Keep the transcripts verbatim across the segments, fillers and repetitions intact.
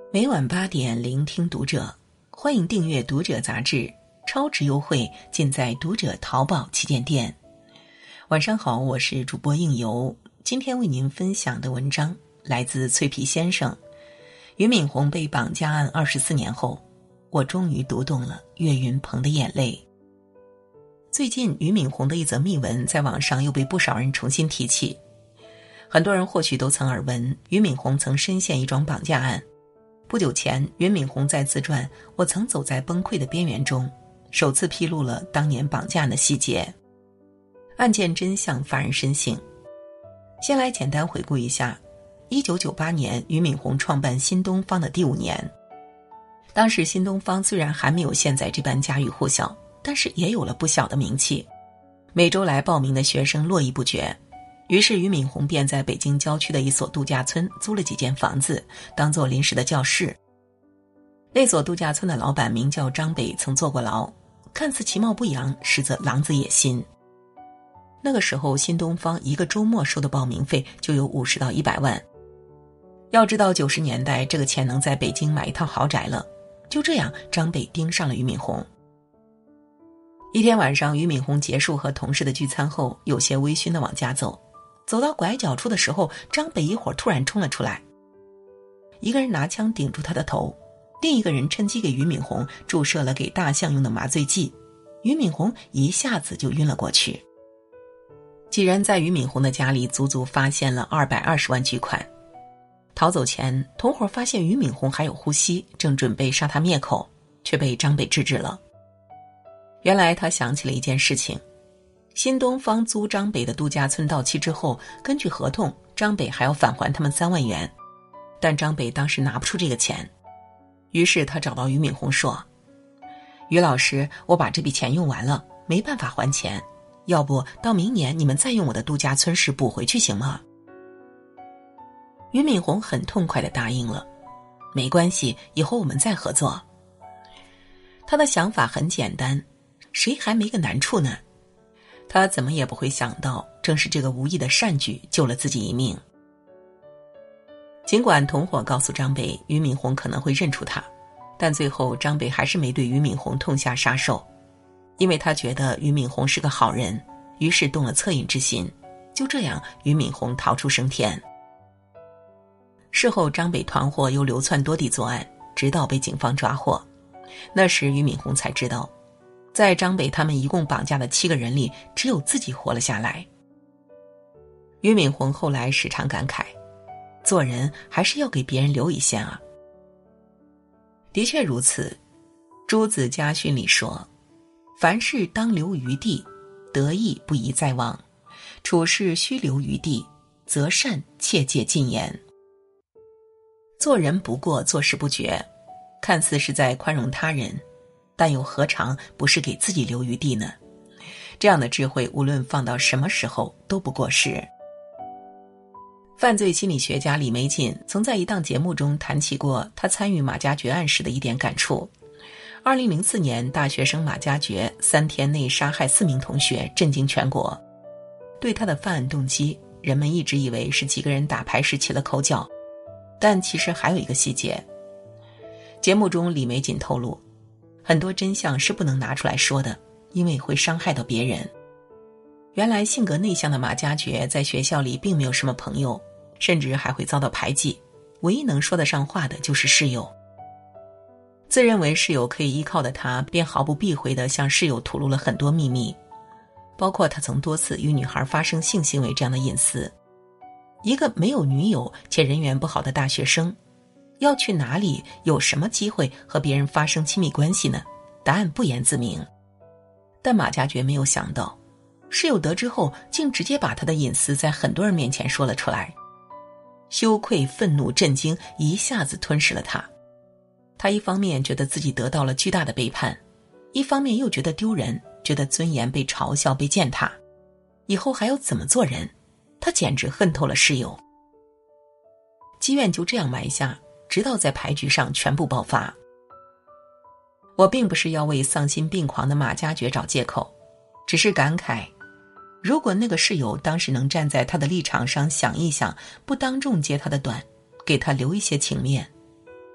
每晚八点聆听读者，欢迎订阅读者杂志，超值优惠尽在读者淘宝旗舰店。晚上好，我是主播应由，今天为您分享的文章来自脆皮先生。俞敏洪被绑架案二十四年后，我终于读懂了岳云鹏的眼泪。最近俞敏洪的一则密文在网上又被不少人重新提起，很多人或许都曾耳闻俞敏洪曾深陷一桩绑架案。不久前，俞敏洪在自传《我曾走在崩溃的边缘》中，首次披露了当年绑架案的细节。案件真相发人深省。先来简单回顾一下，一九九八年，俞敏洪创办新东方的第五年。当时新东方虽然还没有现在这般家喻户晓，但是也有了不小的名气，每周来报名的学生络绎不绝。于是俞敏洪便在北京郊区的一所度假村租了几间房子，当作临时的教室。那所度假村的老板名叫张北，曾坐过牢，看似其貌不扬，实则狼子野心。那个时候新东方一个周末收的报名费就有五十到一百万。要知道九十年代这个钱能在北京买一套豪宅了。就这样，张北盯上了俞敏洪。一天晚上，俞敏洪结束和同事的聚餐后，有些微醺地往家走。走到拐角处的时候，张北一伙突然冲了出来，一个人拿枪顶住他的头，另一个人趁机给俞敏洪注射了给大象用的麻醉剂，俞敏洪一下子就晕了过去。几人在俞敏洪的家里足足发现了二百二十万巨款。逃走前，同伙发现俞敏洪还有呼吸，正准备杀他灭口，却被张北制止了。原来他想起了一件事情，新东方租张北的度假村到期之后，根据合同，张北还要返还他们三万元，但张北当时拿不出这个钱。于是他找到俞敏洪说：俞老师，我把这笔钱用完了，没办法还钱，要不到明年你们再用我的度假村时补回去行吗？俞敏洪很痛快地答应了，没关系，以后我们再合作。他的想法很简单，谁还没个难处呢？他怎么也不会想到，正是这个无意的善举救了自己一命。尽管同伙告诉张北俞敏洪可能会认出他，但最后张北还是没对俞敏洪痛下杀手，因为他觉得俞敏洪是个好人，于是动了恻隐之心。就这样，俞敏洪逃出升天。事后张北团伙又流窜多地作案，直到被警方抓获。那时俞敏洪才知道，在张北他们一共绑架的七个人里，只有自己活了下来。俞敏洪后来时常感慨，做人还是要给别人留一线啊。的确如此，朱子家训里说，凡事当留余地，得意不宜再忘，处事须留余地，择善切戒禁言。做人不过做事不绝，看似是在宽容他人，但又何尝不是给自己留余地呢？这样的智慧无论放到什么时候都不过时。犯罪心理学家李玫瑾曾在一档节目中谈起过他参与马加爵案时的一点感触。二零零四年，大学生马加爵三天内杀害四名同学，震惊全国。对他的犯案动机，人们一直以为是几个人打牌时起了口角，但其实还有一个细节。节目中李玫瑾透露，很多真相是不能拿出来说的，因为会伤害到别人。原来性格内向的马加爵在学校里并没有什么朋友，甚至还会遭到排挤，唯一能说得上话的就是室友。自认为室友可以依靠的他，便毫不避讳地向室友吐露了很多秘密，包括他曾多次与女孩发生性行为这样的隐私。一个没有女友且人缘不好的大学生，要去哪里，有什么机会和别人发生亲密关系呢？答案不言自明。但马加爵没有想到，室友得知后竟直接把他的隐私在很多人面前说了出来。羞愧、愤怒、震惊一下子吞噬了他。他一方面觉得自己得到了巨大的背叛，一方面又觉得丢人，觉得尊严被嘲笑、被践踏，以后还要怎么做人？他简直恨透了室友。积怨就这样埋下，直到在牌局上全部爆发。我并不是要为丧心病狂的马加爵找借口，只是感慨，如果那个室友当时能站在他的立场上想一想，不当众揭他的短，给他留一些情面，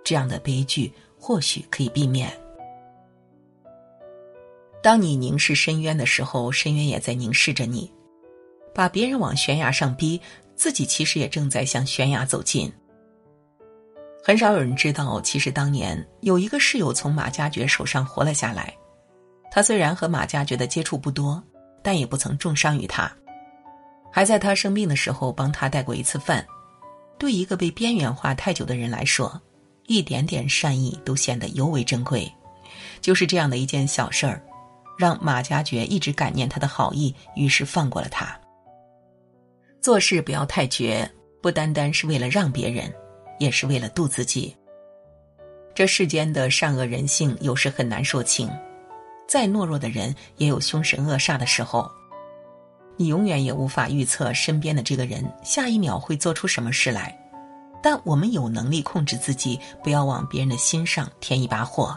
这样的悲剧或许可以避免。当你凝视深渊的时候，深渊也在凝视着你。把别人往悬崖上逼，自己其实也正在向悬崖走近。很少有人知道，其实当年有一个室友从马加爵手上活了下来。他虽然和马加爵的接触不多，但也不曾重伤于他，还在他生病的时候帮他带过一次饭。对一个被边缘化太久的人来说，一点点善意都显得尤为珍贵。就是这样的一件小事儿，让马加爵一直感念他的好意，于是放过了他。做事不要太绝，不单单是为了让别人，也是为了渡自己。这世间的善恶人性有时很难说清，再懦弱的人也有凶神恶煞的时候。你永远也无法预测身边的这个人下一秒会做出什么事来，但我们有能力控制自己，不要往别人的心上添一把火。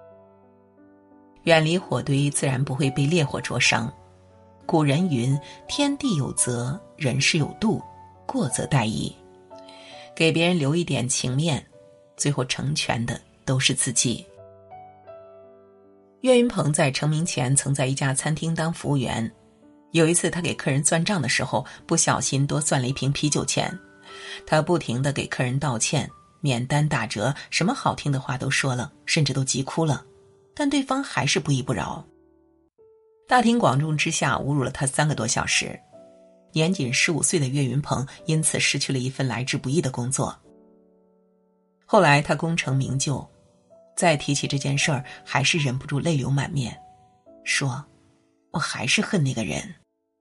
远离火堆，自然不会被烈火灼伤。古人云：天地有责，人事有度，过则殆矣。给别人留一点情面，最后成全的都是自己。岳云鹏在成名前曾在一家餐厅当服务员，有一次他给客人算账的时候，不小心多算了一瓶啤酒钱。他不停地给客人道歉，免单打折，什么好听的话都说了，甚至都急哭了，但对方还是不依不饶。大庭广众之下侮辱了他三个多小时，年仅十五岁的岳云鹏因此失去了一份来之不易的工作。后来他功成名就，再提起这件事儿，还是忍不住泪流满面，说：我还是恨那个人。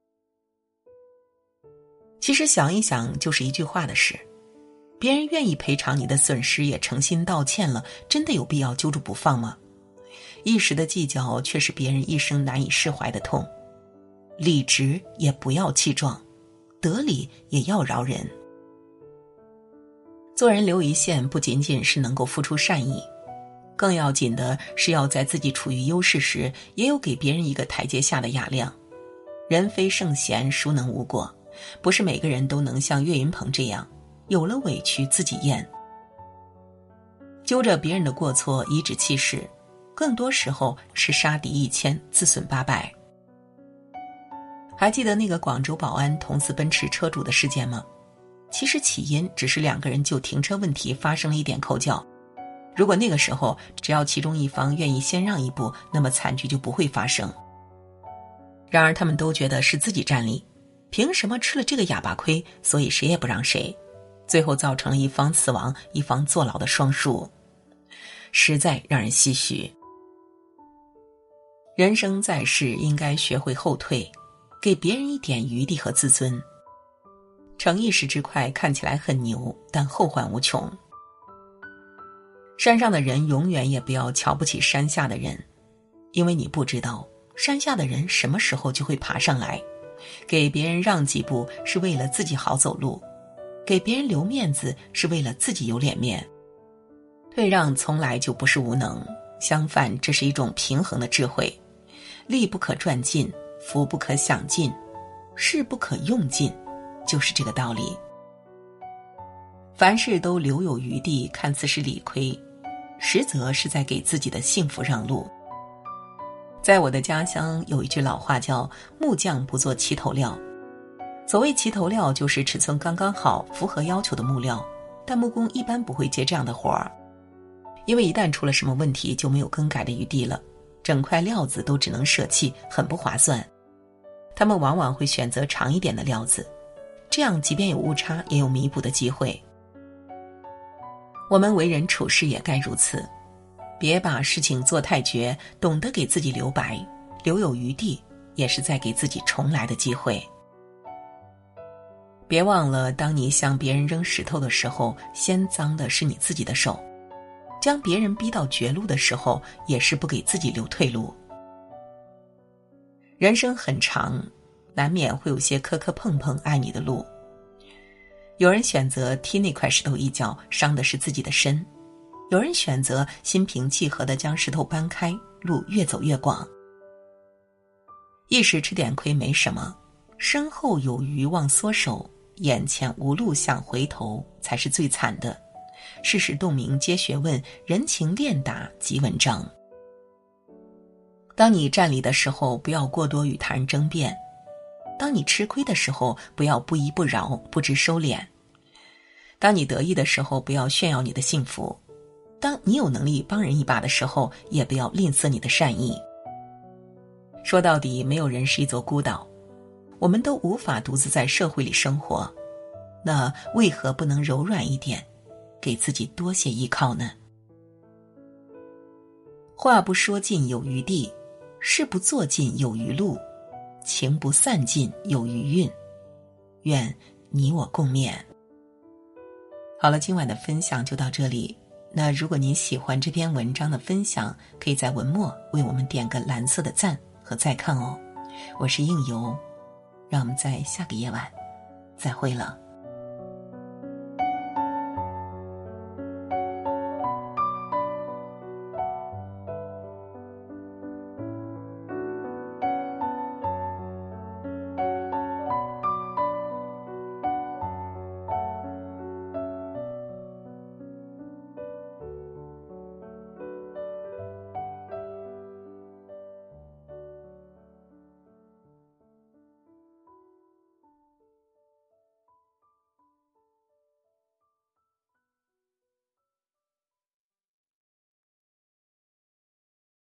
其实想一想，就是一句话的事，别人愿意赔偿你的损失，也诚心道歉了，真的有必要揪住不放吗？一时的计较却是别人一生难以释怀的痛。理直也不要气壮，得理也要饶人。做人留一线，不仅仅是能够付出善意，更要紧的是要在自己处于优势时，也有给别人一个台阶下的雅量。人非圣贤，孰能无过？不是每个人都能像岳云鹏这样，有了委屈自己咽。揪着别人的过错颐指气使，更多时候是杀敌一千，自损八百。还记得那个广州保安捅死奔驰车主的事件吗？其实起因只是两个人就停车问题发生了一点口角。如果那个时候只要其中一方愿意先让一步，那么惨剧就不会发生。然而他们都觉得是自己占理，凭什么吃了这个哑巴亏，所以谁也不让谁，最后造成了一方死亡一方坐牢的双数，实在让人唏嘘。人生在世，应该学会后退，给别人一点余地和自尊。逞一时之快看起来很牛，但后患无穷。山上的人永远也不要瞧不起山下的人，因为你不知道山下的人什么时候就会爬上来。给别人让几步是为了自己好走路，给别人留面子是为了自己有脸面。退让从来就不是无能，相反，这是一种平衡的智慧。力不可赚尽，福不可享尽，势不可用尽，就是这个道理。凡事都留有余地，看似是理亏，实则是在给自己的幸福让路。在我的家乡有一句老话叫木匠不做齐头料。所谓齐头料，就是尺寸刚刚好符合要求的木料，但木工一般不会接这样的活儿，因为一旦出了什么问题就没有更改的余地了，整块料子都只能舍弃，很不划算。他们往往会选择长一点的料子，这样即便有误差也有弥补的机会。我们为人处事也该如此，别把事情做太绝，懂得给自己留白，留有余地，也是在给自己重来的机会。别忘了，当你向别人扔石头的时候，先脏的是你自己的手；将别人逼到绝路的时候，也是不给自己留退路。人生很长，难免会有些磕磕碰碰爱你的路。有人选择踢那块石头一脚，伤的是自己的身；有人选择心平气和地将石头搬开，路越走越广。一时吃点亏没什么，身后有余忘缩手，眼前无路想回头，才是最惨的。 世事洞明皆学问，人情练达即文章。当你占理的时候，不要过多与他人争辩；当你吃亏的时候，不要不依不饶，不知收敛；当你得意的时候，不要炫耀你的幸福；当你有能力帮人一把的时候，也不要吝啬你的善意。说到底，没有人是一座孤岛，我们都无法独自在社会里生活，那为何不能柔软一点，给自己多些依靠呢？话不说尽有余地，事不做尽有余路，情不散尽有余韵，愿你我共勉。好了，今晚的分享就到这里。那如果您喜欢这篇文章的分享，可以在文末为我们点个蓝色的赞和再看哦。我是应由，让我们在下个夜晚再会了。